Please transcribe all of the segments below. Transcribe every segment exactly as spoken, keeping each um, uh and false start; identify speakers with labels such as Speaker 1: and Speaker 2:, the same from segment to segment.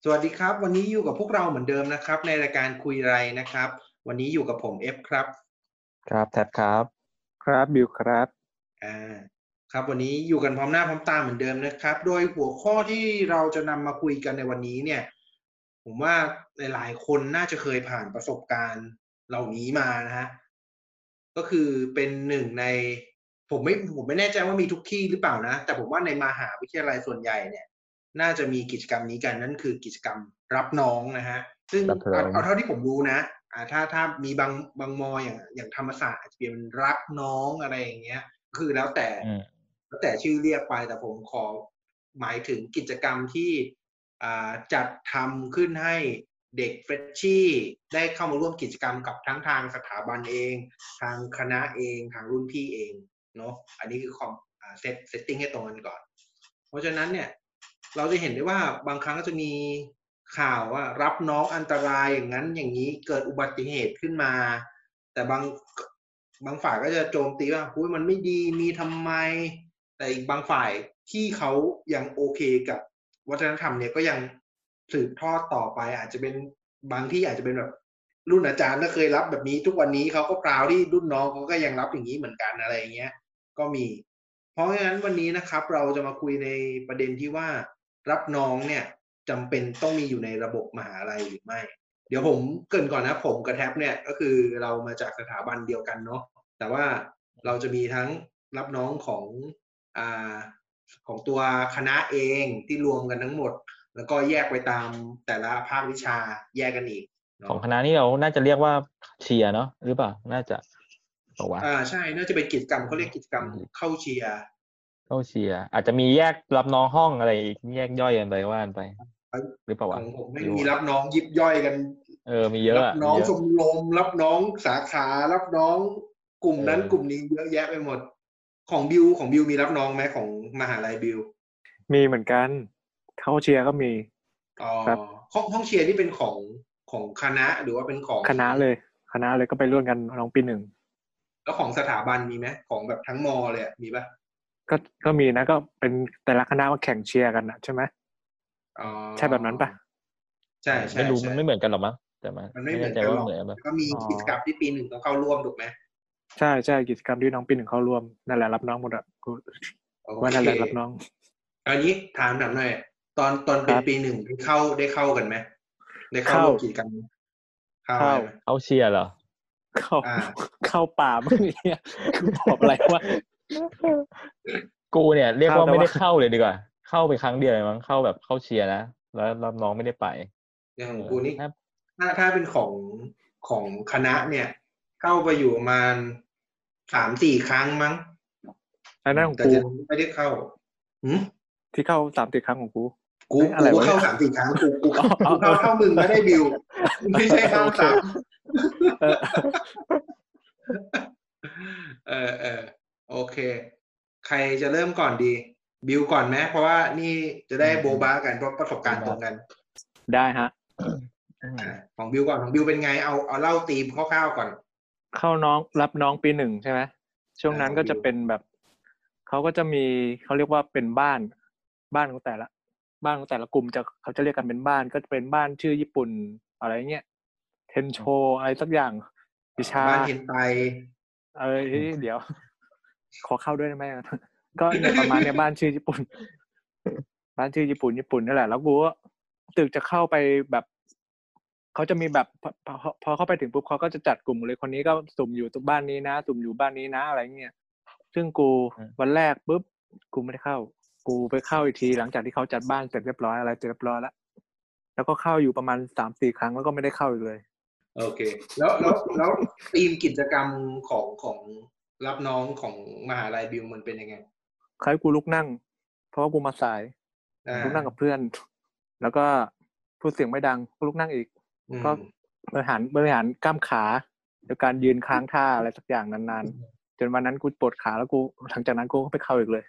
Speaker 1: สวัสดีครับวันนี้อยู่กับพวกเราเหมือนเดิมนะครับในรายการคุยไรนะครับวันนี้อยู่กับผมเอฟครับ
Speaker 2: ครับแท็บครับ
Speaker 3: ครับบิวครับ
Speaker 1: อ่าครับวันนี้อยู่กันพร้อมหน้าพร้อมตาเหมือนเดิมนะครับโดยหัวข้อที่เราจะนำมาคุยกันในวันนี้เนี่ยผมว่าหลายๆคนน่าจะเคยผ่านประสบการณ์เหล่านี้มานะฮะก็คือเป็นหนึ่งในผมไม่ผมไม่แน่ใจว่ามีทุกที่หรือเปล่านะแต่ผมว่าในมหาวิทยาลัยส่วนใหญ่เนี่ยน่าจะมีกิจกรรมนี้กันนั่นคือกิจกรรมรับน้องนะฮะซึ่ง
Speaker 2: รับรอง
Speaker 1: เอาเอาเท่าที่ผมรู้นะอ่าถ้าถ้ามีบางบางมออย่างอย่างธรรมศาสตร์อาจจะเป็นรับน้องอะไรอย่างเงี้ยคือแล้วแต่
Speaker 2: อืม
Speaker 1: แล้วแต่ชื่อเรียกไปแต่ผมขอหมายถึงกิจกรรมที่อ่าจัดทำขึ้นให้เด็กเฟรชชี่ได้เข้ามาร่วมกิจกรรมกับทั้งทางสถาบันเองทางคณะเองทางรุ่นพี่เองเนาะอันนี้คือคอมอ่าเซตเซตติ้งให้ตรงกันก่อนเพราะฉะนั้นเนี่ยเราจะเห็นได้ว่าบางครั้งก็จะมีข่าวว่ารับน้องอันตรายอย่างนั้นอย่างนี้เกิดอุบัติเหตุขึ้นมาแต่บางบางฝ่ายก็จะโจมตีว่าหุ้ยมันไม่ดีมีทำไมแต่อีกบางฝ่ายที่เขายังโอเคกับวัฒนธรรมเนี่ยก็ยังสืบทอดต่อไปอาจจะเป็นบางที่อาจจะเป็นแบบรุ่นอาจารย์ก็เคยรับแบบนี้ทุกวันนี้เขาก็พราวที่รุ่นน้องเขาก็ยังรับอย่างนี้เหมือนกันอะไรอย่างเงี้ยก็มี เพราะฉะนั้นวันนี้นะครับเราจะมาคุยในประเด็นที่ว่ารับน้องเนี่ยจำเป็นต้องมีอยู่ในระบบมหาลัยหรือไม่เดี๋ยวผมเกริ่นก่อนนะผมกับแท็บเนี่ยก็คือเรามาจากสถาบันเดียวกันเนาะแต่ว่าเราจะมีทั้งรับน้องของอ่าของตัวคณะเองที่รวมกันทั้งหมดแล้วก็แยกไปตามแต่ละภาควิชาแยกกันอีก
Speaker 2: ขอ
Speaker 1: เนาะ
Speaker 2: งคณะนี้เราน่าจะเรียกว่าเชียร์เนาะหรือเปล่าน่าจะบอกว่า
Speaker 1: อ่าใช่น่าจะเป็นกิจกรรมเขาเรียกกิจกรรมเข้าเชียร์
Speaker 2: เข้าเชียร์อาจจะมีแยกรับน้องห้องอะไรอีกแยกย่อยกันไปว่านไปหรือเปล่าวะ
Speaker 1: ของผมไม่
Speaker 2: ไม่รู้อะ
Speaker 1: มีรับน้องยิบย่อยกัน
Speaker 2: เออมีเยอะ
Speaker 1: รับ
Speaker 2: อะมีเยอะ
Speaker 1: น้องชมรมรับน้องสาขารับน้องกลุ่ม
Speaker 2: เอ
Speaker 1: นั้นกลุ่ม
Speaker 2: อ
Speaker 1: นี้เยอะแยะไปหมดของบิวของบิวมีรับน้องไหมของมหาลัยบิว
Speaker 3: มีเหมือนกันเข้าเชียร์ก็มี
Speaker 1: อ๋อ
Speaker 3: ครับ
Speaker 1: ห้องห้องเชียร์นี่เป็นของของคณะหรือว่าเป็นของ
Speaker 3: คณะเลยคณะเลยก็ไปร่วมกันน้องปีหนึ่ง
Speaker 1: แล้วของสถาบันมีไหมของแบบทั้งมอเลยอะมีปะ
Speaker 3: ก็ก็มีนะก็เป็นแต่ละคณะมาแข่งเชียร์กันนะใช่ไหม
Speaker 1: อ๋อ
Speaker 3: ใช่แบบนั้นปะ
Speaker 1: ใช่
Speaker 2: เออไม่รู้มั
Speaker 1: ใช่ใช่
Speaker 2: นไม่เหมือนกันหรอกมั้งแต่มัน
Speaker 1: มันไม่
Speaker 2: ไม่แน่ใจ
Speaker 1: เหมือนกันหรอก
Speaker 2: ว่าเหมือนแบบ
Speaker 1: ก็มี
Speaker 3: อ๋อ
Speaker 1: กิจกรรมที่ปีหนึ่งต้องเข้าร่วมถูกไหม
Speaker 3: ใช่ใช่กิจกรรมที่น้องปีหนึ่งเข้าร่วมนั่นแหละรับน้องหมดอ่ะกู
Speaker 1: โอ
Speaker 3: ว่า
Speaker 1: เค
Speaker 3: นั่นแหละรับน้อง
Speaker 1: อันนี้ถามถามหน่อยตอนตอนเป็น
Speaker 3: ครับ
Speaker 1: ปีหนึ่งได้เข้าได้เข้ากันไหมได้เข้า
Speaker 3: เข้า
Speaker 1: ร่วมกิจกรรมเข้า
Speaker 3: เข้า
Speaker 1: ใช่ไหม
Speaker 2: เอาเชียร์เหรอ
Speaker 3: เข้า
Speaker 1: อ่า
Speaker 3: เข้าป่าบ้างเนี่ยกูบอกอะไรวะ
Speaker 2: กูเนี่ยเรียกว่า
Speaker 3: เข้าแต่ว่า
Speaker 2: ไม่ได้เข้าเลยดีกว่าเข้าไปครั้งเดียวเลยมั้งเข้าแบบเข้าเชียร์นะแล้วรับน้องไม่ได้ไป
Speaker 1: อย่าง
Speaker 2: เออ
Speaker 1: ของกูนี่
Speaker 2: ถ้า
Speaker 1: ถ้าถ้าเป็นของของคณะเนี่ยเข้าไปอยู่ประมาณสามสี่ครั้งมั้ง
Speaker 3: อันนั้นของกู
Speaker 1: แต่จะไม่ได้เข้าหืม
Speaker 3: ที่เข้าสามสิบครั้งของกู
Speaker 1: กู
Speaker 3: เฮ้ยอะ
Speaker 1: กูก็เข้า
Speaker 3: ไรวะเนี่ย
Speaker 1: สามสี่ครั้งกูกู
Speaker 3: อ๋ออ๋อ
Speaker 1: กูเข้าเท่ามึงไม่ได้บิวไม่ใช่เข้า
Speaker 3: โอเค
Speaker 1: สาม
Speaker 3: เออ
Speaker 1: เออเออโอเค ใครจะเริ่มก่อนดีบิวก่อนไหมเพราะว่านี่จะได้โบะบ้ากันเพราะประสบการณ์ตรงกัน
Speaker 3: ได้ฮะ
Speaker 2: อืม
Speaker 1: อ่าของบิวก่อนของบิวเป็นไงเอาเอาเล่าธีมคร่าวๆก่อน
Speaker 3: เข้าน้องรับน้องปีหนึ่งใช่ไหมช่วง
Speaker 1: อ่า
Speaker 3: นั้นก็
Speaker 1: ของบิว
Speaker 3: จะเป็นแบบเขาก็จะมีเขาเรียกว่าเป็นบ้านบ้านของแต่ละบ้านของแต่ละกลุ่มจะเขาจะเรียกกันเป็นบ้านก็จะเป็นบ้านชื่อญี่ปุ่นอะไรเงี้ยเทนโชอะไรสักอย่างวิชา
Speaker 1: บ้านเฮนไต
Speaker 3: เออเดี๋ยวขอเข้าด้วยได้ไหมก็เนี่ยประมาณเนี่ยบ้านชื่อญี่ปุ่นบ้านชื่อญี่ปุ่นญี่ปุ่นนี่แหละแล้วกูก็ตึกจะเข้าไปแบบเขาจะมีแบบพอพอพอเข้าไปถึงปุ๊บเขาก็จะจัดกลุ่มเลยคนนี้ก็สุ่มอยู่ตรงบ้านนี้นะสุ่มอยู่บ้านนี้นะอะไรเงี้ยซึ่งกูวันแรกปุ๊บกูไม่ได้เข้ากูไปเข้าอีกทีหลังจากที่เขาจัดบ้านเสร็จเรียบร้อยอะไรเสร็จเรียบร้อยแล้วแล้วก็เข้าอยู่ประมาณสามสี่ครั้งแล้วก็ไม่ได้เข้าอีกเลย
Speaker 1: โอเคแล้วแล้วแล้วธีมกิจกรรมของของรับน้องของมหาลัยบิวมันเป็นยังไง
Speaker 3: ใครกูลุกนั่งเพราะว่ากูมาสาย
Speaker 1: อ่า
Speaker 3: ลุกนั่งกับเพื่อนแล้วก็พูดเสียงไม่ดังก็ลุกนั่งอีก
Speaker 1: อื
Speaker 3: ก็
Speaker 1: ม
Speaker 3: บริหารบริหารกล้ามขาโดยการยืนค้างท่าอะไรสักอย่างนานๆจนวันนั้นกูปวดขาแล้วกูหลังจากนั้นกูก็ไปเข้าอีกเลย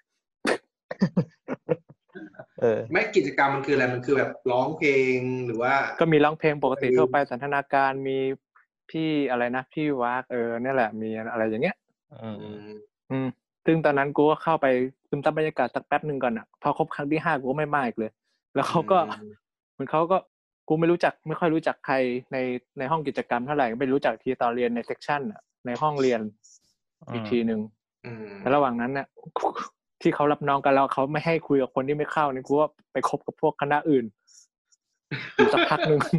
Speaker 2: เออ
Speaker 1: ไม่กิจกรรมมันคืออะไรมันคือแบบร้องเพลงหรือว่า
Speaker 3: ก็มีร้องเพลงปกติทั่วไปสันทนาการมีพี่อะไรนะพี่วากเออเนี่ยแหละมีอะไรอย่างเงี้ย
Speaker 2: อืม
Speaker 1: อืม
Speaker 3: อืมซึ่งตอนนั้นกูก็เข้าไปซึมซับบรรยากาศสักแป๊บหนึ่งก่อนอ่ะพอครบครั้งที่ห้ากูก็ไม่มาอีกเลยแล้วเขาก็เหมือนเขาก็กูไม่รู้จักไม่ค่อยรู้จักใครในในห้องกิจกรรมเท่าไหร่ก็ไปรู้จักทีตอนเรียนในเซกชันอ่ะในห้องเรียนอีกทีนึงแต่ระหว่างนั้นน่ะที่เขารับน้องกันแล้วเขาไม่ให้คุยกับคนที่ไม่เข้านี่กูว่าไปคบกับพวกคณะอื่นอยู่สักพักนึง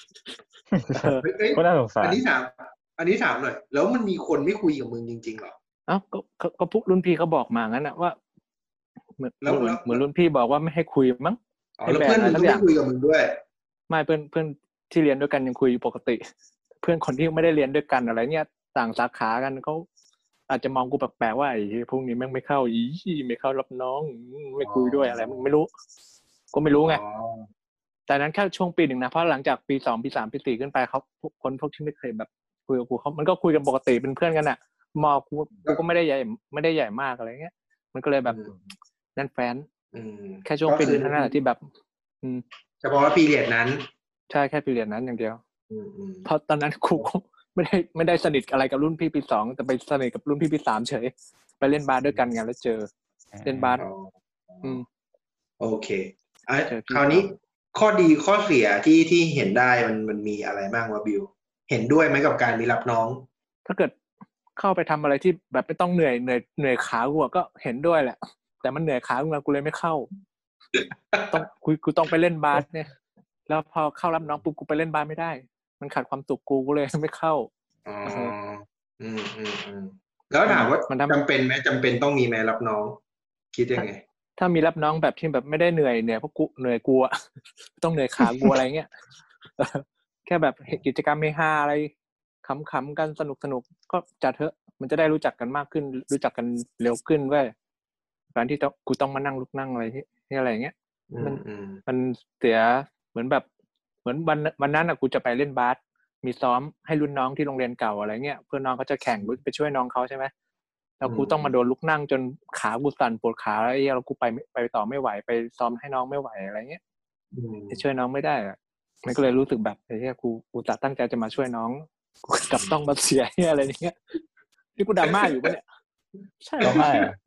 Speaker 2: ก็น่าสงสาร
Speaker 1: อันนี้ถามอันนี้ถามหน่อยแล้วมันมีคนไม่คุยกับมึงจริงๆหรอ
Speaker 3: เอ้าก็ก็พวกรุ่นพี่เขาบอกมางั้นน่ะว่าเหมือนเหมือนรุ่นพี่บอกว่าไม่ให้คุยมั้ง
Speaker 1: อ๋อแล้วเพื่อนมึงก็ไม่คุยกับมึงด้วย
Speaker 3: ไม่เพื่อนเพื่อนที่เรียนด้วยกันยังคุยปกติเพื่อนคนที่ไม่ได้เรียนด้วยกันอะไรเนี่ยต่างสาขากันเขาอาจจะมองกูแปลกๆว่าไอ้พวกนี้แม่งไม่เข้าอีไม่เข้ารับน้องไม่คุยด้วยอะไรมึงไม่รู้ก็ไม่รู้ไงแต่นั้นแค่ช่วงปีหนึ่งนะเพราะหลังจากปีสองปีสามปีสี่ขึ้นไปเขาคนพวกที่ไม่เคยแบบคุยกับกูเขามันก็คุยกันปกติเป็นเพื่อนกันน่ะมอกูกูก็ไม่ได้ใหญ่ไม่ได้ใหญ่มากอะไรเงี้ยมันก็เลยแบบนั่นแฟนแค่ช่วงปีหนึ่งเท่านั้นแหละที่แบบ
Speaker 1: เฉพาะว่าปีเรียนนั้น
Speaker 3: ใช่แค่ปีเรียนนั้นอย่างเดียวเพราะตอนนั้นครูไม่ได้ไม่ได้สนิทอะไรกับรุ่นพี่ปีสองแต่ไปสนิทกับรุ่นพี่ปีสามเฉยไปเล่นบาสด้วยกันไงแล้วเจอเล่นบาส
Speaker 1: อืมโอเคอ่ะคราวนี้ข้อดีข้อเสียที่ที่เห็นได้มันมันมีอะไรบ้างวะบิวเห็นด้วยไหมกับการมีรับน้อง
Speaker 3: ถ้าเกิดเข้าไปทำอะไรที่แบบไม่ต้องเหนื่อยเหนื่อยเหนื่อยขากูก็เห็นด้วยแหละแต่มันเหนื่อยขากูกูเลยไม่เข้าต้องกูกูต้องไปเล่นบาสเนี่ยแล้วพอเข้ารับน้องปุ๊บกูไปเล่นบาสไม่ได้มันขาดความสุขกูกูเลยไม่เข้า
Speaker 1: อ๋ออืมอืมอืมแล้วถามว่าจำเป็นไหมจำเป็นต้องมีไหมรับน้องคิดยังไง
Speaker 3: ถ้ามีรับน้องแบบที่แบบไม่ได้เหนื่อยเหนื่อยเพราะกูเหนื่อยกูอะต้องเหนื่อยขากูอะไรเงี้ยแค่แบบกิจกรรมเฮฮาอะไรขำๆกันสนุกๆก็จัดเถอะมันจะได้รู้จักกันมากขึ้นรู้จักกันเร็วขึ้นเว้ยการที่ต้องกูต้องมานั่งลุกนั่งอะไรที่อะไรเงี้ยมันมันเสียเหมือนแบบเหมือนวันวันนั้นอ่ะกูจะไปเล่นบาสมีซ้อมให้รุ่นน้องที่โรงเรียนเก่าอะไรเงี้ยเพื่อนน้องเขาจะแข่งไปช่วยน้องเขาใช่ไหมแล้วกูต้องมาโดนลุกนั่งจนขากูสั่นปวดขาแล้วไอ้เรากูไปไปต่อไม่ไหวไปซ้อมให้น้องไม่ไหวอะไรเงี้ยจะช่วยน้องไม่ได้อ่ะมันก็เลยรู้สึกแบบไอ้เหี้ยกูกูจะตั้งใจจะมาช่วยน้องกูกลับต้องมาเสียอะไรอย่างเงี้ยนี่กูดราม่าอยู่ปะเนี่ย
Speaker 2: ใช่หรอไม่อ่ะ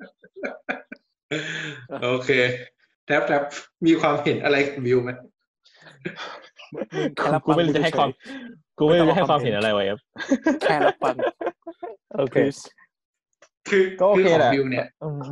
Speaker 1: โอเคแทบแทบมีความเห็นอะไรกับวิวไหม
Speaker 2: กูไม่รู้จะให้ความกูไม่รู้จะให้ความเห็นอะไรไว้ครับ
Speaker 3: แค่รับฟัง
Speaker 2: โอเค
Speaker 1: คือ
Speaker 2: ก็โอเคแหละ
Speaker 1: วิวเนี่ย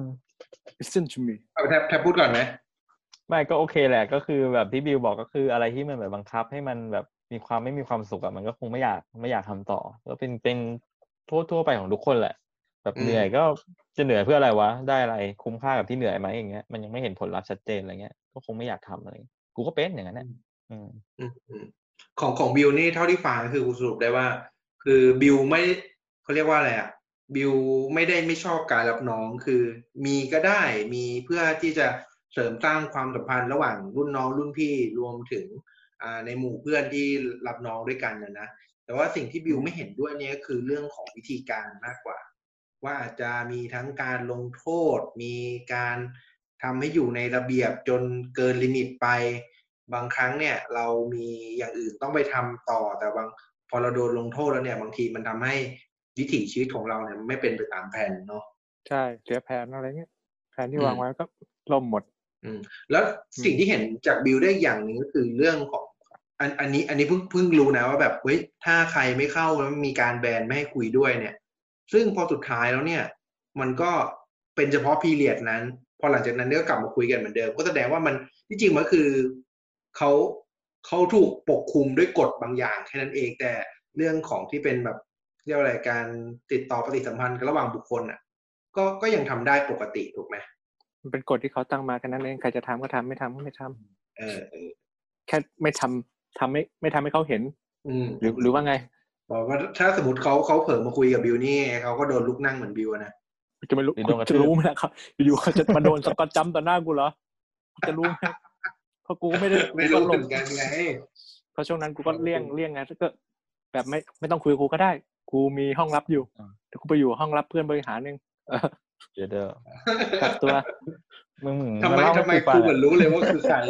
Speaker 3: listen to me
Speaker 1: เอาแทบแทบพูดก่อนไหม
Speaker 2: ไม่ก็โอเคแหละก็คือแบบที่บิวบอกก็คืออะไรที่มันแบบบังคับให้มันแบบมีความไม่มีความสุขอะมันก็คงไม่อยากไม่อยากทำต่อก็เป็นเป็นทั่วทั่วไปของทุกคนแหละแบบเหนื่อยก็จะเหนื่อยเพื่ออะไรวะได้อะไรคุ้มค่ากับที่เหนื่อยไหมอย่างเงี้ยมันยังไม่เห็นผลลัพธ์ชัดเจนอะไรเงี้ยก็คงไม่อยากทำอะไรกูก็เป็นอย่างนั้นแหละอืม
Speaker 1: ของของบิวนี่เท่าที่ฟังก็คือกูสรุปได้ว่าคือบิวไม่เขาเรียกว่าอะไรอ่ะบิวไม่ได้ไม่ชอบการรับน้องคือมีก็ได้มีเพื่อที่จะเสริมสร้างความสัมพันธ์ระหว่างรุ่นน้องรุ่นพี่รวมถึงในหมู่เพื่อนที่รับน้องด้วยกันนะนะแต่ว่าสิ่งที่บิวไม่เห็นด้วยเนี่ยคือเรื่องของวิธีการมากกว่าว่าอาจจะมีทั้งการลงโทษมีการทำให้อยู่ในระเบียบจนเกินลิมิตไปบางครั้งเนี่ยเรามีอย่างอื่นต้องไปทำต่อแต่บางพอเราโดนลงโทษแล้วเนี่ยบางทีมันทำให้วิถีชีวิตของเราเนี่ยไม่เป็นไปตามแผนเนาะ
Speaker 3: ใช่เสียแผนอะไรเงี้ยแผนที่วางไว้ก็ล่มหมด
Speaker 1: อืมแล้วสิ่งที่เห็นจากบิวได้อย่างหนึ่งก็คือเรื่องของอันอันนี้อันนี้เพิ่งเพิ่งรู้นะว่าแบบเฮ้ยถ้าใครไม่เข้าแล้วมีการแบนไม่ให้คุยด้วยเนี่ยซึ่งพอสุดท้ายแล้วเนี่ยมันก็เป็นเฉพาะพีเรียดนั้นพอหลังจากนั้นก็กลับมาคุยกันเหมือนเดิมก็แสดงว่ามันที่จริงมันคือเขาเขาถูกปกคลุมด้วยกฎบางอย่างแค่นั้นเองแต่เรื่องของที่เป็นแบบเรียกว่าอะไรการติดต่อปฏิสัมพันธ์กันระหว่างบุคคลอ่ะก็ก็ยังทำได้ปกติถูกไหม
Speaker 3: มันเป็นกฎที่เขาตั้งมาแค่นั้นเองใครจะทำก็ทำไม่ทำก็ไม่ท
Speaker 1: ำเออเออ
Speaker 3: แค่ไม่ทำทำไม่ไม่ทำให้เขาเห็น
Speaker 1: อืม
Speaker 3: หรือหรือว่าไง
Speaker 1: บอกว่าถ้าสมมติเขาเขาเผลอมาคุยกับบิวนี่เขาก็โดนลุกนั่งเหมือนบิวนะ
Speaker 3: จะไม่รู้จะรู้ไหมครับอยู่เขาจะมาโดนสกอตจัมป์ต่อหน้ากูเหรอจะรู้ไหมเพราะกูก็ไม่ได้
Speaker 1: ไม่รู้เหมือนกันไง
Speaker 3: เพราะช่วงนั้นกูก็เลี่ยงเลี่ยงไงก็แบบไม่ไม่ต้องคุยกับกูก็ได้กูมีห้องลับอยู่เดี๋ยวกูไปอยู่ห้องลับเพื่อนบริหารนึง
Speaker 2: เดี๋ยวเด้อ
Speaker 3: กักตัว
Speaker 2: มึง
Speaker 1: ทำไมทำไมกูเหมือนรู้เลยว่าคือใคร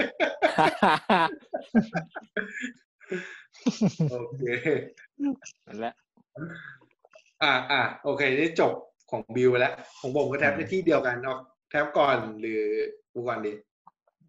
Speaker 1: โอเค
Speaker 3: นั่นแหละ
Speaker 1: อ่าอ่าโอเคนี่จบของบิวไปแล้วของผมก็แทบในที่เดียวกันเอาแทบก่อนหรือกูก่อนดี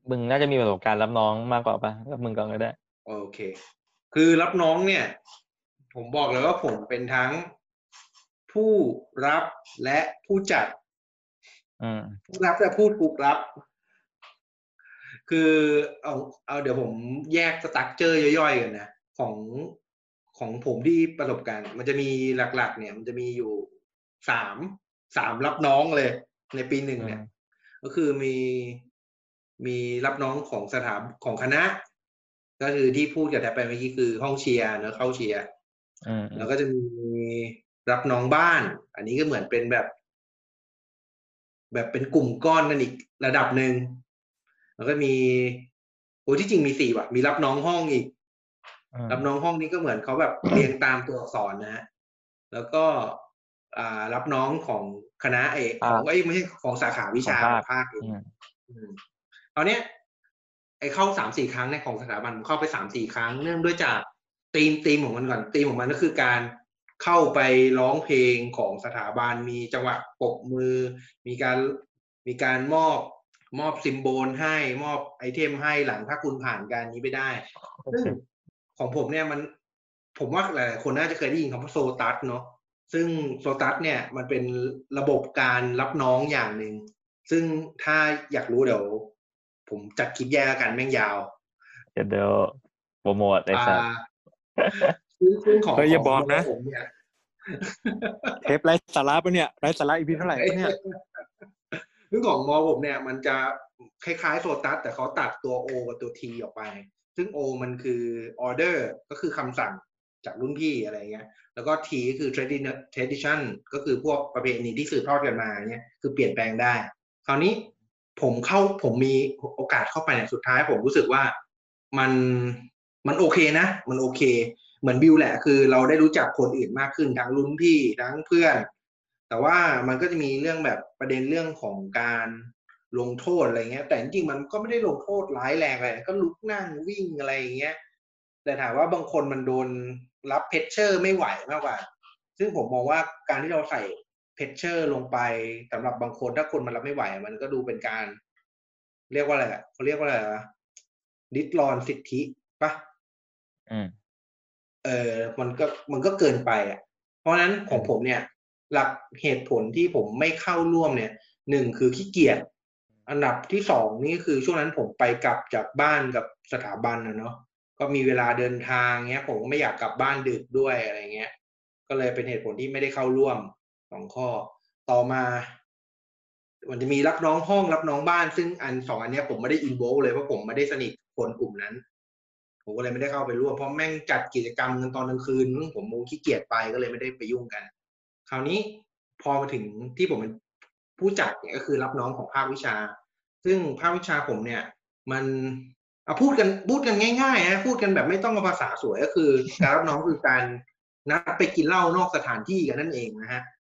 Speaker 2: มึงน่าจะมีประสบการณ์รับน้องมากกว่าป่ะแล้วมึงก่อนก็ได้
Speaker 1: โอเค คือรับน้องเนี่ยผมบอกเลยว่าผมเป็นทั้งผู้รับและผู้จัดผู้รับและผู้ถูกรับ คือเอาเอาเดี๋ยวผมแยกสตรัคเจอร์ย่อยๆกันนะของของผมที่ประสบการณ์มันจะมีหลักๆเนี่ยมันจะมีอยู่สามสามรับน้องเลยในปีหนึ่งเนี่ยก็คือมีมีรับน้องของสถาบันของคณะก็คือที่พูดกับแทบไปเมื่อกี้คือห้องเชียร์เนอะเข้าเชียร์แล้วก็จะมีรับน้องบ้านอันนี้ก็เหมือนเป็นแบบแบบเป็นกลุ่มก้อนกันอีกระดับหนึ่งแล้วก็มีโอ้ที่จริงมีสี่ว่ะมีรับน้องห้องอีกรับน้องห้องนี้ก็เหมือนเขาแบบเรียงตามตัวอักษรนะฮะแล้วก็อ่ารับน้องของคณะเอกของไอ้ไม่ใช่ของสาขาวิชาภาคเองเอาเนี้ยไอ้เข้าสามสี่ครั้งในของสถาบันเข้าไปสามสี่ครั้งเนื่องด้วยจากธีมธีมของมันก่อนธีมของมันก็คือการเข้าไปร้องเพลงของสถาบันมีจังหวะปรบมือมีการมีการมอบมอบซิมโบลให้มอบไอเทมให้หลังถ้าคุณผ่านการนี้ไปได้ซึ่งของผมเนี่ยมันผมว่าหลายคนน่าจะเคยได้ยินคำว่าโซตัสเนาะซึ่งโซตัสเนี่ยมันเป็นระบบการรับน้องอย่างหนึ่งซึ่งถ้าอยากรู้เดี๋ยวผมจัดคลิปแยกกันแม่งยาว
Speaker 2: เดี๋ยวเดี๋ยวโปรโมทไอ้สัส
Speaker 1: ซึ่งของ
Speaker 3: เฮ้ยอย่าบอกนะ
Speaker 1: ผมเนี่ย
Speaker 3: เทปไร้สาระปะเนี่ยไร้สาระอีพีเท่าไหร่ปะเนี่ย
Speaker 1: เรื่องของมอผมเนี่ยมันจะคล้ายๆโซตัสแต่เขาตัดตัว O กับตัว T ออกไปซึ่ง O มันคือ order ก็คือคำสั่งจากรุ่นพี่อะไรเงี้ยแล้วก็ T ก็คือ tradition ก็คือพวกประเพณีที่สืบทอดกันมาเนี่ยคือเปลี่ยนแปลงได้คราวนี้ผมเข้าผมมีโอกาสเข้าไปเนี่ยสุดท้ายผมรู้สึกว่ามันมันโอเคนะมันโอเคเหมือนบิวแหละคือเราได้รู้จักคนอื่นมากขึ้นทั้งรุ่นพี่ทั้งเพื่อนแต่ว่ามันก็จะมีเรื่องแบบประเด็นเรื่องของการลงโทษอะไรเงี้ยแต่จริงๆมันก็ไม่ได้ลงโทษร้ายแรงอะไรก็ลุกนั่งวิ่งอะไรเงี้ยแต่ถามว่าบางคนมันโดนรับเพชเชอร์ไม่ไหวมากกว่าซึ่งผมมองว่าการที่เราใส่เพชเชอร์ลงไปสำหรับบางคนถ้าคนมันรับไม่ไหวมันก็ดูเป็นการเรียกว่าอะไรอ่ะเขาเรียกว่าอะไรอ่ะดิดรอนสิทธิป่ะ
Speaker 2: อืม
Speaker 1: เออมันก็มันก็เกินไปอ่ะเพราะฉะนั้นของผมเนี่ยหลักเหตุผลที่ผมไม่เข้าร่วมเนี่ยหนึ่งคือขี้เกียจอันดับที่สองนี่คือช่วงนั้นผมไปกลับจากบ้านกับสถาบันนะเนาะก็มีเวลาเดินทางเงี้ยผมไม่อยากกลับบ้านดึกด้วยอะไรเงี้ยก็เลยเป็นเหตุผลที่ไม่ได้เข้าร่วมสองข้อต่อมามันจะมีรับน้องห้องรับน้องบ้านซึ่งอันสองอันเนี้ยผมไม่ได้อินโวลเลยเพราะผมไม่ได้สนิทคนกลุ่มนั้นผมก็เลยไม่ได้เข้าไปร่วมเพราะแม่งจัดกิจกรรมกันตอนกลางคืนผมโมขี้เกียจไปก็เลยไม่ได้ไปยุ่งกันคราวนี้พอมาถึงที่ผมเป็นผู้จัดเนี่ยก็คือรับน้องของภาควิชาซึ่งภาควิชาผมเนี่ยมันเอาพูดกันพูดกันง่ายๆนะพูดกันแบบไม่ต้องเอาภาษาสวยก็คือการรับน้องคือการนัดไปกินเหล้านอกสถานที่กันนั่นเองนะฮะ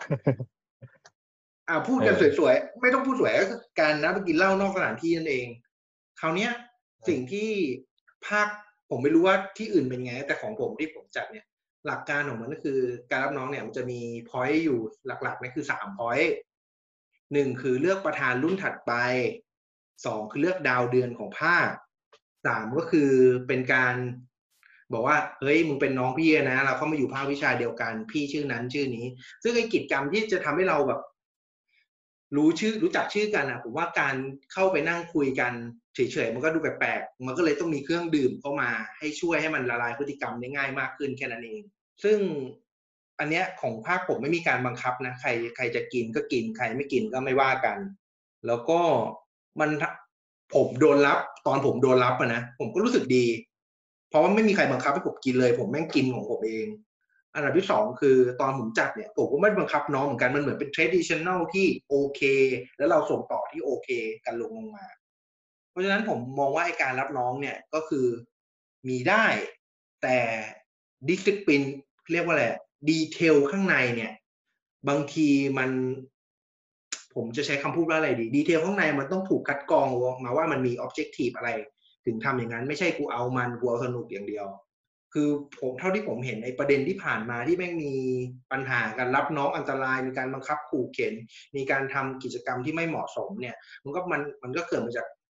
Speaker 1: อ่าพูดกันสวยๆไม่ต้องพูดสวยก็คือการนัดไปกินเหล้านอกสถานที่นั่นเองคราวนี้สิ่งที่ภาคผมไม่รู้ว่าที่อื่นเป็นไงแต่ของผมที่ผมจัดเนี่ยหลักการของมันก็คือการรับน้องเนี่ยมันจะมี point อยู่หลักๆนี่คือสาม point หนึ่งคือเลือกประธานรุ่นถัดไปสองคือเลือกดาวเดือนของภาคสามก็คือเป็นการบอกว่าเฮ้ยมึงเป็นน้องพี่นะเราเข้ามาอยู่ภาควิชาเดียวกันพี่ชื่อนั้นชื่อนี้ซึ่งไอ้กิจกรรมที่จะทำให้เราแบบรู้ชื่อรู้จักชื่อกันอ่ะผมว่าการเข้าไปนั่งคุยกันเฉยๆมันก็ดูแปลกๆมันก็เลยต้องมีเครื่องดื่มเข้ามาให้ช่วยให้มันละลายพฤติกรรมได้ง่ายมากขึ้นแค่นั้นเองซึ่งอันเนี้ยของภาคผมไม่มีการบังคับนะใครใครจะกินก็กินใครไม่กินก็ไม่ว่ากันแล้วก็มันผมโดนรับตอนผมโดนรับอะนะผมก็รู้สึกดีเพราะว่าไม่มีใครบังคับให้ผมกินเลยผมแม่งกินของผมเองอันดับที่สองคือตอนผมจัดเนี่ยผมก็ไม่บังคับน้องเหมือนกันมันเหมือนเป็น traditional ที่โอเคแล้วเราส่งต่อที่โอเคกันลงลงมาเพราะฉะนั้นผมมองว่าไอ้การรับน้องเนี่ยก็คือมีได้แต่ดิสซิปลินเรียกว่าอะไรดีเทลข้างในเนี่ยบางทีมันผมจะใช้คำพูดว่าอะไรดีดีเทลข้างในมันต้องถูกคัดกรองมาว่ามันมี objective อะไรถึงทำอย่างนั้นไม่ใช่กูเอามันกูเอาสนุกอย่างเดียวคือผมเท่าที่ผมเห็นในประเด็นที่ผ่านมาที่แม่งมีปัญหาการรับน้องอันตรายมีการบังคับขู่เข็นมีการทำกิจกรรมที่ไม่เหมาะสมเนี่ยมันก็มันมันก็เกิดมาจาก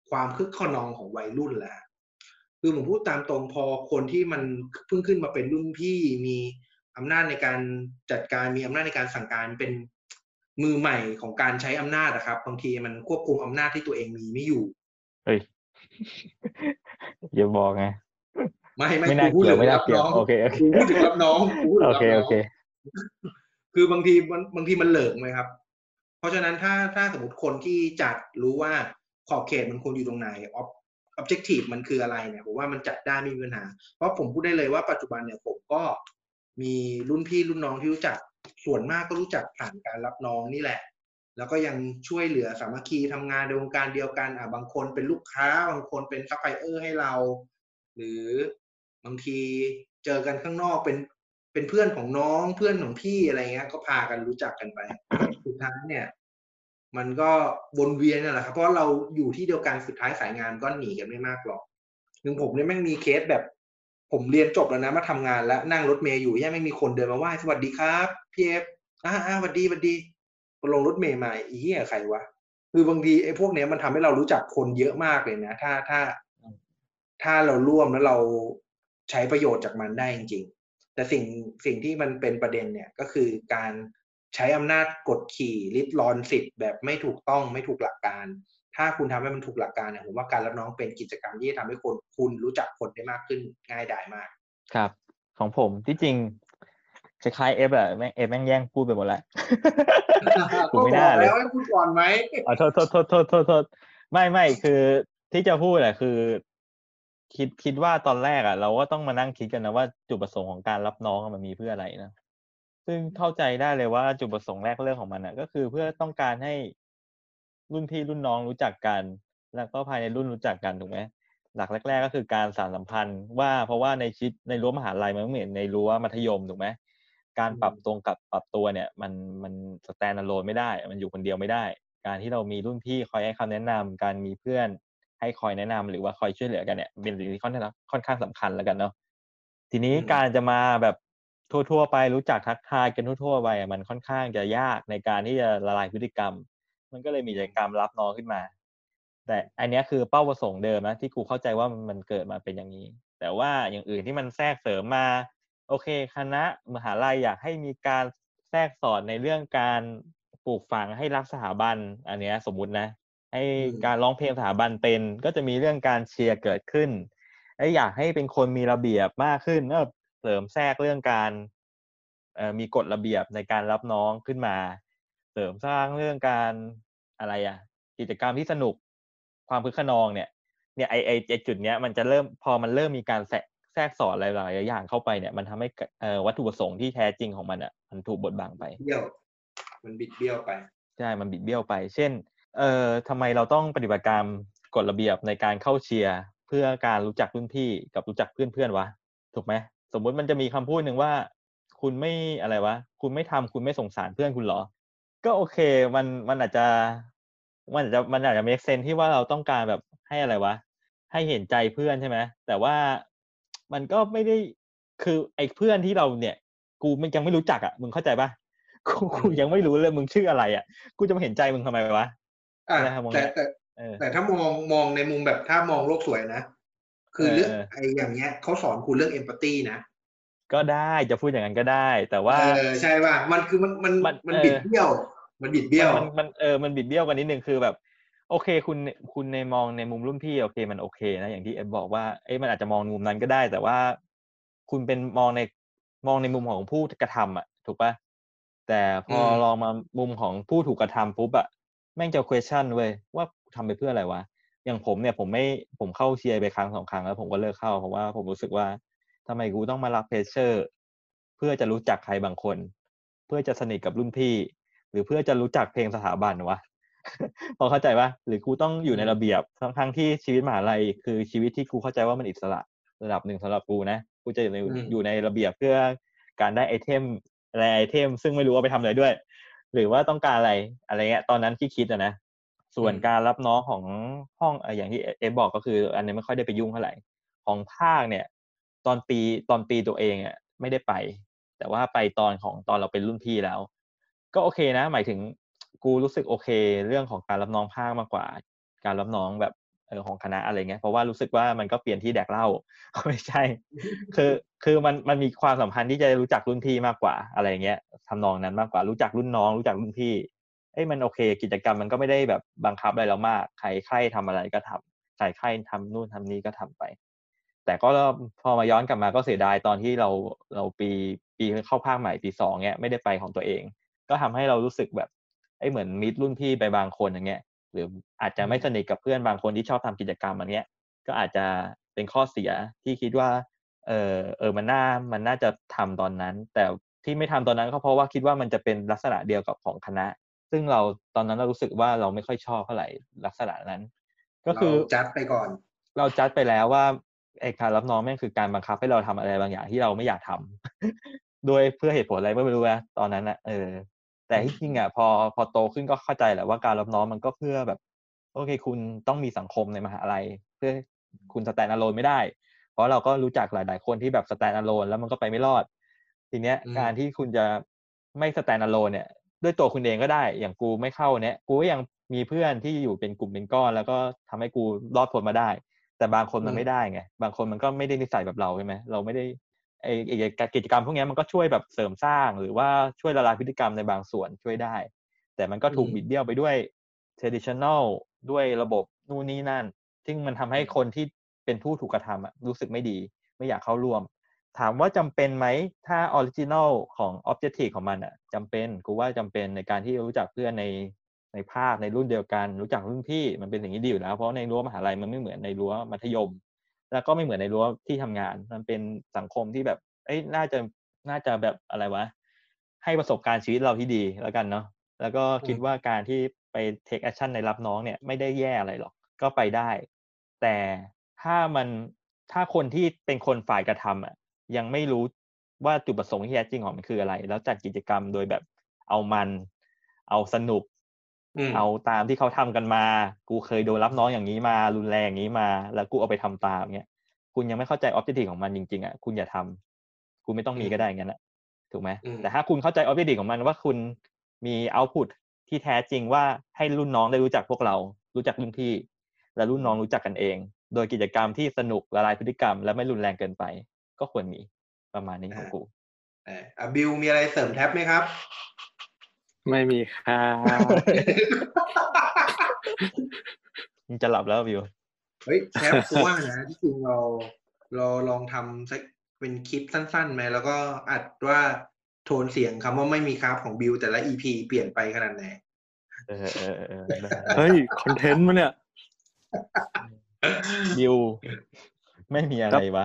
Speaker 1: ความคึกขนองของวัยรุ่นแหละคือผมพูดตามตรงพอคนที่มันเพิ่งขึ้นมาเป็นรุ่นพี่มีอำนาจในการจัดการมีอำนาจในการสั่งการเป็นมือใหม่ของการใช้อำนาจนะครับบางทีมันควบคุมอำนาจที่ตัวเองมีไม่อยู่
Speaker 2: เฮ้ย อย่าบอกไง
Speaker 1: ไม่ไม่
Speaker 2: ไม่
Speaker 1: กู
Speaker 2: น่า
Speaker 1: พูด
Speaker 2: เกี่ยว
Speaker 1: ถึง
Speaker 2: ไม่น่า
Speaker 1: รับ
Speaker 2: เกี่ยว
Speaker 1: น้อง
Speaker 2: โอเคโอเค
Speaker 1: กูพูดถึงรับน้องกูพูดถึ
Speaker 2: โอง
Speaker 1: รับ
Speaker 2: เค
Speaker 1: น้
Speaker 2: โอ
Speaker 1: อง
Speaker 2: เค
Speaker 1: คือบางทีมันบางทีมันเหลิงไหมครับ เพราะฉะนั้นถ้าถ้าสมมติคนที่จัดรู้ว่าขอบเขตมันควรอยู่ตรงไหน objective มันคืออะไรเนี่ยผมว่ามันจัดได้ไม่มีปัญหาเพราะผมพูดได้เลยว่าปัจจุบันเนี่ยผมก็มีรุ่นพี่รุ่นน้องที่รู้จักส่วนมากก็รู้จักผ่านการรับน้องนี่แหละแล้วก็ยังช่วยเหลือสามัคคีทำงานในวงการเดียวกันอ่ะบางคนเป็นลูกค้าบางคนเป็นซัพพลายเออร์ให้เราหรือบางทีเจอกันข้างนอกเป็นเป็นเพื่อนของน้องเพื่อนของพี่อะไรเงี้ยก็พากันรู้จักกันไปสุดท้ายเนี่ยมันก็วนเวียนนั่นแหละครับเพราะเราอยู่ที่เดียวกันสุดท้ายสายงานก็หนีกันไม่มากหรอกถึงผมเนี่ยแม่งมีเคสแบบผมเรียนจบแล้วนะมาทำงานแล้วนั่งรถเมล์อยู่ยังไม่มีคนเดินมาไหว้สวัสดีครับพี่เอฟอ่าอ่าสวัสดีสวัสดีลงรถเมล์มาอีเหี้ยใครวะคือบางทีไอ้พวกเนี้ยมันทำให้เรารู้จักคนเยอะมากเลยนะถ้าถ้าถ้าเราร่วมแล้วเราใช้ประโยชน์จากมันได้จริงๆแต่สิ่งสิ่งที่มันเป็นประเด็นเนี่ยก็คือการใช้อำนาจกดขี่ริดรอนสิทธิ์แบบไม่ถูกต้องไม่ถูกหลักการถ้าคุณทำให้มันถูกหลักการเนี่ยผมว่าการรับน้องเป็นกิจกรรมที่จะทำให้คนคุณรู้จักคนได้มากขึ้นง่ายดายมาก
Speaker 2: ครับของผมที่จริงคล้ายๆเอฟอะแม่งเอฟแม่งแย่งพูดไปหมดแล้ว กูไม่น่าเลย
Speaker 1: แล้วให้พูดก่อนไหม
Speaker 2: อ๋อโทษโทษโทษโทษโทษโทษไม่ไม่คือที่จะพูดแหละคือคิดคิดว่าตอนแรกอ่ะเราก็ต้องมานั่งคิดกันนะว่าจุดประสงค์ของการรับน้องมันมีเพื่ออะไรนะซึ่งเข้าใจได้เลยว่าจุดประสงค์แรกเรื่องของมันอ่ะก็คือเพื่อต้องการให้รุ่นพี่รุ่นน้องรู้จักกันแล้วก็ภายในรุ่นรู้จักกันถูกไหมหลักแรกๆก็คือการสานสัมพันธ์ว่าเพราะว่าในชีวิตในรั้วมหาลัยมันไม่เหมือนในรั้วมัธยมถูกไหมการปรับตรงกับปรับตัวเนี่ยมันมันสแตนด์อะโลนไม่ได้มันอยู่คนเดียวไม่ได้การที่เรามีรุ่นพี่คอยให้คำแนะนำการมีเพื่อนให้คอยแนะนำหรือว่าคอยช่วยเหลือกันเนี่ยเป็นสิ่งที่ค่อนข้างค่อนข้างสำคัญแล้วกันเนาะทีนี้การจะมาแบบทั่วๆไปรู้จักทักทายกันทั่วๆไปมันค่อนข้างจะยากในการที่จะละลายพฤติกรรมมันก็เลยมีกิจกรรมรับน้องขึ้นมาแต่อันนี้คือเป้าประสงค์เดิมนะที่กูเข้าใจว่ามันเกิดมาเป็นอย่างนี้แต่ว่าอย่างอื่นที่มันแทรกเสริมมาโอเคคณะมหาลัยอยากให้มีการแทรกสอนในเรื่องการปลูกฝังให้รักสถาบันอันนี้สมมุตินะให้การร้องเพลงสถาบันเป็นก็จะมีเรื่องการเชียร์เกิดขึ้นและอยากให้เป็นคนมีระเบียบมากขึ้นก็เสริมแทรกเรื่องการเอ่อมีกฎระเบียบในการรับน้องขึ้นมาเสริมสร้างเรื่องการอะไรอ่ะกิจกรรมที่สนุกความคึกขนองเนี่ยเนี่ยไอไอไอจุดเนี้ยมันจะเริ่มพอมันเริ่มมีการแทรกแทรกสอนหลายๆอย่างเข้าไปเนี่ยมันทำให้เอ่อวัตถุประสงค์ที่แท้จริงของมันอ่ะมันถูกบดบังไป
Speaker 1: เบี้ยวมันบิดเบี้ยวไป
Speaker 2: ใช่มันบิดเบี้ยวไปเช่นเอ่อทำไมเราต้องปฏิบัติการกฎระเบียบในการเข้าเชียร์เพื่อการรู้จักรุ่นพี่กับรู้จักเพื่อนๆวะถูกไหมสมมุติมันจะมีคำพูดหนึ่งว่าคุณไม่อะไรวะคุณไม่ทำคุณไม่สงสารเพื่อนคุณเหรอก็โอเคมันมันอาจจะมันอาจจะมันอาจจะ make sense ที่ว่าเราต้องการแบบให้อะไรวะให้เห็นใจเพื่อนใช่ไหมแต่ว่ามันก็ไม่ได้คือไอ้เพื่อนที่เราเนี่ยกูมันยังไม่รู้จักอ่ะมึงเข้าใจปะกูกูยังไม่รู้เลยมึงชื่ออะไรอ่ะกูจะมาเห็นใจมึงทำไมวะ
Speaker 1: อ่ะแต่แต่แต่ถ้ามองมองในมุมแบบถ้ามองโลกสวยนะคือเรื่องไอ้อย่างเงี้ยเขาสอนคุณเรื่องเอมพัตตีนะ
Speaker 2: ก็ได้จะพูดอย่างนั้นก็ได้แต่ว่า
Speaker 1: เออใช่ป่ะมันคือมันมันมันบิดเบี้ยวมันบิดเบี้ยว
Speaker 2: มันมันเออมันบิดเบี้ยวกันนิดนึงคือแบบโอเคคุณคุณในมองในมุมรุ่นพี่โอเคมันโอเคนะอย่างที่เอฟบอกว่าเอ้ยมันอาจจะมองมุมนั้นก็ได้แต่ว่าคุณเป็นมองในมองในมุมของผู้กระทำอ่ะถูกป่ะแต่พอลองมามุมของผู้ถูกกระทำปุ๊บอ่ะแม่งจะ question เว้ยว่าทำไปเพื่ออะไรวะอย่างผมเนี่ยผมไม่ผมเข้าเชียร์ไปครั้งสองครั้งแล้วผมก็เลิกเข้าเพราะว่าผมรู้สึกว่าทำไมกูต้องมารับเพรสเชอร์เพื่อจะรู้จักใครบางคนเพื่อจะสนิทกับรุ่นพี่หรือเพื่อจะรู้จักเพลงสถาบันวะ พอเข้าใจปะหรือกูต้องอยู่ในระเบียบทั้งทั้งที่ชีวิตมหาลัยคือชีวิตที่กูเข้าใจว่ามันอิสระระดับหนึ่งสำหรับกูนะกูจะอยู่ในอยู่ในระเบียบเพื่อการได้ไอเทมอะไรไอเทมซึ่งไม่รู้ว่าไปทำอะไรด้วยหรือว่าต้องการอะไรอะไรเงี้ยตอนนั้นที่คิดอะนะส่วนการรับน้องของห้องอย่างที่เอฟบอกก็คืออันนี้ไม่ค่อยได้ไปยุ่งเท่าไหร่ของภาคเนี่ยตอนปีตอนปีตัวเองอ่ะไม่ได้ไปแต่ว่าไปตอนของตอนเราเป็นรุ่นพี่แล้วก็โอเคนะหมายถึงกูรู้สึกโอเคเรื่องของการรับน้องภาคมากกว่าการรับน้องแบบเออของคณะอะไรเงี้ยเพราะว่ารู้สึกว่ามันก็เปลี่ยนที่แดกเหล้า ไม่ใช่ คือคือมันมันมีความสัมพันธ์ที่จะรู้จักรุ่นพี่มากกว่าอะไรเงี้ยทำนองนั้นมากกว่ารู้จักรุ่นน้องรู้จักรุ่นพี่เอ้ยมันโอเคกิจกรรมมันก็ไม่ได้แบบบังคับอะไรเรามากใครใครทำอะไรก็ทำใครใครทำนู่นทำนี่ก็ทำไปแต่ก็พอมาย้อนกลับมาก็เสียดายตอนที่เราเราปีปีเข้าภาคใหม่ปีสองเนี้ยไม่ได้ไปของตัวเองก็ทำให้เรารู้สึกแบบไอ้เหมือนมิตรรุ่นพี่ไปบางคนอย่างเงี้ยหรืออาจจะไม่สนิทกับเพื่อนบางคนที่ชอบทำกิจกรรมอันเนี้ยก็อาจจะเป็นข้อเสียที่คิดว่าเออเออมันน่ามันน่าจะทำตอนนั้นแต่ที่ไม่ทำตอนนั้นก็เพราะว่าคิดว่ามันจะเป็นลักษณะเดียวกับของคณะซึ่งเราตอนนั้นเรารู้สึกว่าเราไม่ค่อยชอบเท่าไหร่ลักษณะนั้นก็คือ
Speaker 1: เราจัดไปก่อน
Speaker 2: เราจัดไปแล้วว่าไอ้การรับน้องแม่งคือการบังคับให้เราทำอะไรบางอย่างที่เราไม่อยากทำ โดยเพื่อเหตุผลอะไรไม่รู้นะตอนนั้นนะเออแต่ที่จริงอ่ะพอพอโตขึ้นก็เข้าใจแหละว่าการรับน้องมันก็เพื่อแบบโอเคคุณต้องมีสังคมในมหาลัยเพื่อคุณสแตนด์อะโลนไม่ได้เพราะเราก็รู้จักหลายๆคนที่แบบสแตนด์อะโลนแล้วมันก็ไปไม่รอดทีเนี้ยการที่คุณจะไม่สแตนด์อะโลนเนี่ยด้วยตัวคุณเองก็ได้อย่างกูไม่เข้าเนี่ยกูก็ยังมีเพื่อนที่อยู่เป็นกลุ่มเป็นก้อนแล้วก็ทำให้กูรอดพ้นมาได้แต่บางคนมันไม่ได้ไงบางคนมันก็ไม่ได้นิสัยแบบเราใช่ไหมเราไม่ได้ไอ้ไอ้กิจกรรมพวกนี้มันก็ช่วยแบบเสริมสร้างหรือว่าช่วยละลายพฤติกรรมในบางส่วนช่วยได้แต่มันก็ถูกบิดเบี้ยวไปด้วย traditional ด้วยระบบนู่นนี่นั่นซึ่งมันทำให้คนที่เป็นผู้ถูกกระทำอะรู้สึกไม่ดีไม่อยากเข้าร่วมถามว่าจำเป็นไหมถ้า original ของ objective ของมันอ่ะจำเป็นกูว่าจำเป็นในการที่รู้จักเพื่อนในในภาคในรุ่นเดียวกันรู้จักรุ่นพี่มันเป็นสิ่งที่ดีอยู่แล้วเพราะในรั้วมหาลัยมันไม่เหมือนในรั้วมัธยมแล้วก็ไม่เหมือนในรั้วที่ทำงานมันเป็นสังคมที่แบบเอ้ยน่าจะน่าจะแบบอะไรวะให้ประสบการณ์ชีวิตเราที่ดีแล้วกันเนาะแล้วก็คิดว่าการที่ไป take action ในรับน้องเนี่ยไม่ได้แย่อะไรหรอกก็ไปได้แต่ถ้ามันถ้าคนที่เป็นคนฝ่ายกระทำอ่ะยังไม่รู้ว่าจุดประสงค์ที่แท้จริงของมันคืออะไรแล้วจัดกิจกรรมโดยแบบเอามันเอาสนุกเอาตามที่เขาทำกันมากูเคยโดนรับน้องอย่างนี้มารุนแรงอย่างนี้มาแล้วกูเอาไปทำตามเงี้ยคุณยังไม่เข้าใจ objective ของมันจริงๆอ่ะคุณอย่าทำคุณไม่ต้องมีก็ได้งั้นแหละถูกไหมแต่ถ้าคุณเข้าใจ objective ของมันว่าคุณมี output ที่แท้จริงว่าให้รุ่นน้องได้รู้จักพวกเรารู้จักรุ่นพี่และรุ่นน้องรู้จักกันเองโดยกิจกรรมที่สนุกละลายพฤติกรรมและไม่รุนแรงเกินไปก็ควรมีประมาณนี้ของกู
Speaker 1: อ่าบิวมีอะไรเสริมแท็บไหมครับ
Speaker 3: ไม่มีครับ
Speaker 2: มึงจะหลับแล้วบิว
Speaker 1: เฮ้ยแท็บกูว่านะที่จริงเราเราลองทำสักเป็นคลิปสั้นๆไหมแล้วก็อัดว่าโทนเสียงคำว่าไม่มีครับของบิวแต่ละ อี พี เปลี่ยนไปขนาดไหน
Speaker 2: เออเออเออ
Speaker 3: เฮ้ยคอนเทนต์มั้ยเนี่ย
Speaker 2: บิวไม่มีอะไรวะ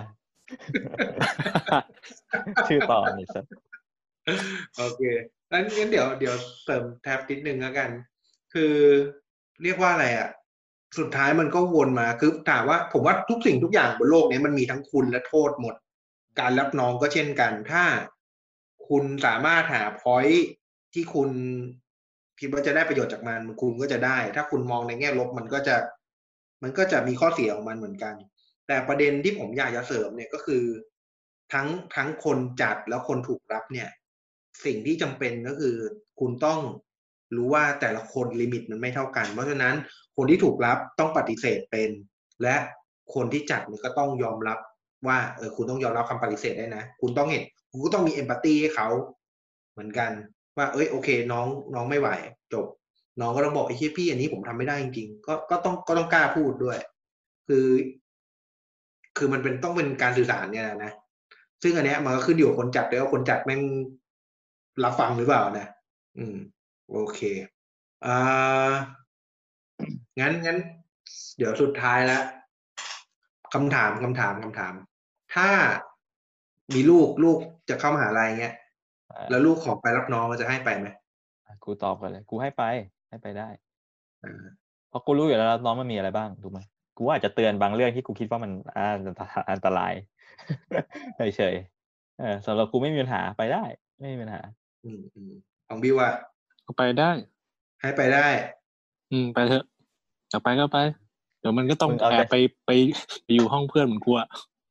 Speaker 2: ชื่อต่อนี่สัก
Speaker 1: โอเคงั้นงั้นเดี๋ยวเดี๋ยวเสริมแท็บนิดนึงแล้วกันคือเรียกว่าอะไรอ่ะสุดท้ายมันก็วนมาคือถามว่าผมว่าทุกสิ่งทุกอย่างบนโลกนี้มันมีทั้งคุณและโทษหมดการรับน้องก็เช่นกันถ้าคุณสามารถหา point ที่คุณคิดว่าจะได้ประโยชน์จากมันคุณก็จะได้ถ้าคุณมองในแง่ลบมันก็จะมันก็จะมีข้อเสียของมันเหมือนกันแต่ประเด็นที่ผมอยากจะเสริมเนี่ยก็คือทั้งทั้งคนจัดแล้วคนถูกรับเนี่ยสิ่งที่จำเป็นก็คือคุณต้องรู้ว่าแต่ละคนลิมิตมันไม่เท่ากันเพราะฉะนั้นคนที่ถูกรับต้องปฏิเสธเป็นและคนที่จัดเนี่ยก็ต้องยอมรับว่าเออคุณต้องยอมรับคำปฏิเสธได้นะคุณต้องเห็นคุณก็ต้องมีเอมพัตตีให้เขาเหมือนกันว่าเอ้ยโอเคน้องน้องไม่ไหวจบน้องก็ต้องบอกไอ้เหี้ยพี่อันนี้ผมทำไม่ได้จริงๆก็ก็ต้องก็ต้องกล้าพูดด้วยคือคือมันเป็นต้องเป็นการสื่อสารเนี่ยนะซึ่งอันเนี้ยมันก็ขึ้นอยู่กับคนจัดด้วยว่าคนจัดแม่งรับฟังหรือเปล่านะอืมโอเคอ่างั้นงั้นเดี๋ยวสุดท้ายแล้วคำถามคำถามคำถามถ้ามีลูกลูกจะเข้ามหาลัยเงี้ยแล้วลูกขอไปรับน้องจะให้ไปไหม
Speaker 2: กูตอบกันเลยกูให้ไปให้ไปได้เพราะกูรู้อยู่แล้วน้องมันมีอะไรบ้างถูกไหมกูอาจจะเตือนบางเรื่องที่กูคิดว่ามันอันตรายเฉยๆเออสำหรับกูไม่มีปัญหาไปได้ไม่มีปัญหา
Speaker 1: อืมอืมของบิวอะ
Speaker 3: ก็ไปได้
Speaker 1: ให้ไปได้
Speaker 3: อืมไปเถอะจะไปก็ไปเดี๋ยวมันก็ต้องแอบไปไปไปอยู่ห้องเพื่อนเหมือนกูอะ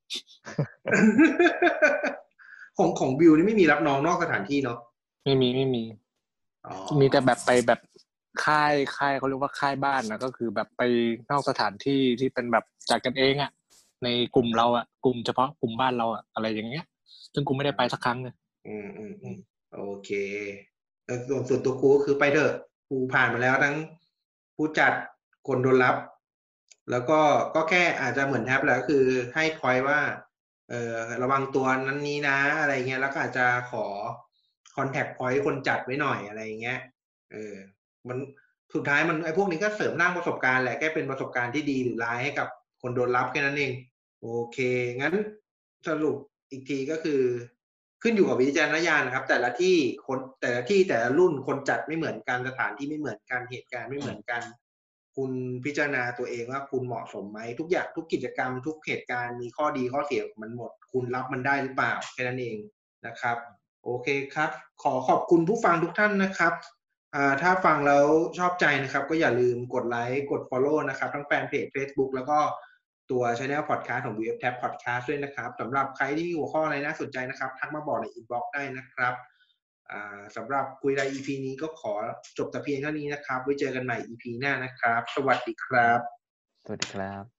Speaker 1: ของของบิวนี่ไม่มีรับน้องนอกสถานที่เนาะ
Speaker 3: ไม่มีไม่มีมีแต่แบบไปแบบค่ายค่ายเขาเรียกว่าค่ายบ้านนะก็คือแบบไปนอกสถานที่ที่เป็นแบบจัดกันเองอ่ะในกลุ่มเราอ่ะกลุ่มเฉพาะกลุ่มบ้านเราอ่ะอะไรอย่างเงี้ยซึ่งกูไม่ได้ไปสักครั้งเลย
Speaker 1: อืมอืมอืมโอเคเออส่วนส่วนตัวครูก็คือไปเถอะครูผ่านมาแล้วทั้งผู้จัดคนโดนรับ แล้วก็ก็แค่อาจจะเหมือนแท็บแหละก็คือให้พอยต์ว่าเออระวังตัวนั้นนี้นะอะไรเงี้ยแล้วก็อาจจะขอคอนแทคพอยต์คนจัดไว้หน่อยอะไรเงี้ยเออมันสุดท้ายมันไอ้พวกนี้ก็เสริมสร้างประสบการณ์แหละแค่เป็นประสบการณ์ที่ดีหรือร้ายให้กับคนโดนรับแค่นั้นเองโอเคงั้นสรุปอีกทีก็คือขึ้นอยู่กับวิจารณญาณนะครับแต่ละที่คนแต่ละที่แต่ละรุ่นคนจัดไม่เหมือนกันสถานที่ไม่เหมือนกันเหตุการณ์ไม่เหมือนกันคุณพิจารณาตัวเองว่าคุณเหมาะสมไหมทุกอย่างทุกกิจกรรมทุกเหตุการณ์มีข้อดีข้อเสียของมันหมดคุณรับมันได้หรือเปล่าแค่นั้นเองนะครับโอเคครับขอขอบคุณผู้ฟังทุกท่านนะครับอ่าถ้าฟังแล้วชอบใจนะครับก็อย่าลืมกดไลค์กด follow นะครับทั้งแฟนเพจ Facebook แล้วก็ตัว channel podcast ของ วี เอฟ Tab Podcast ด้วยนะครับสำหรับใครที่มีหัวข้ออะไรน่าสนใจนะครับทักมาบอกใน inbox ได้นะครับอ่าสำหรับคุยราย อี พี นี้ก็ขอจบแต่เพียงเท่านี้นะครับไว้เจอกันใหม่ อี พี หน้านะครับสวัสดีครับ
Speaker 2: สวัสดีครับ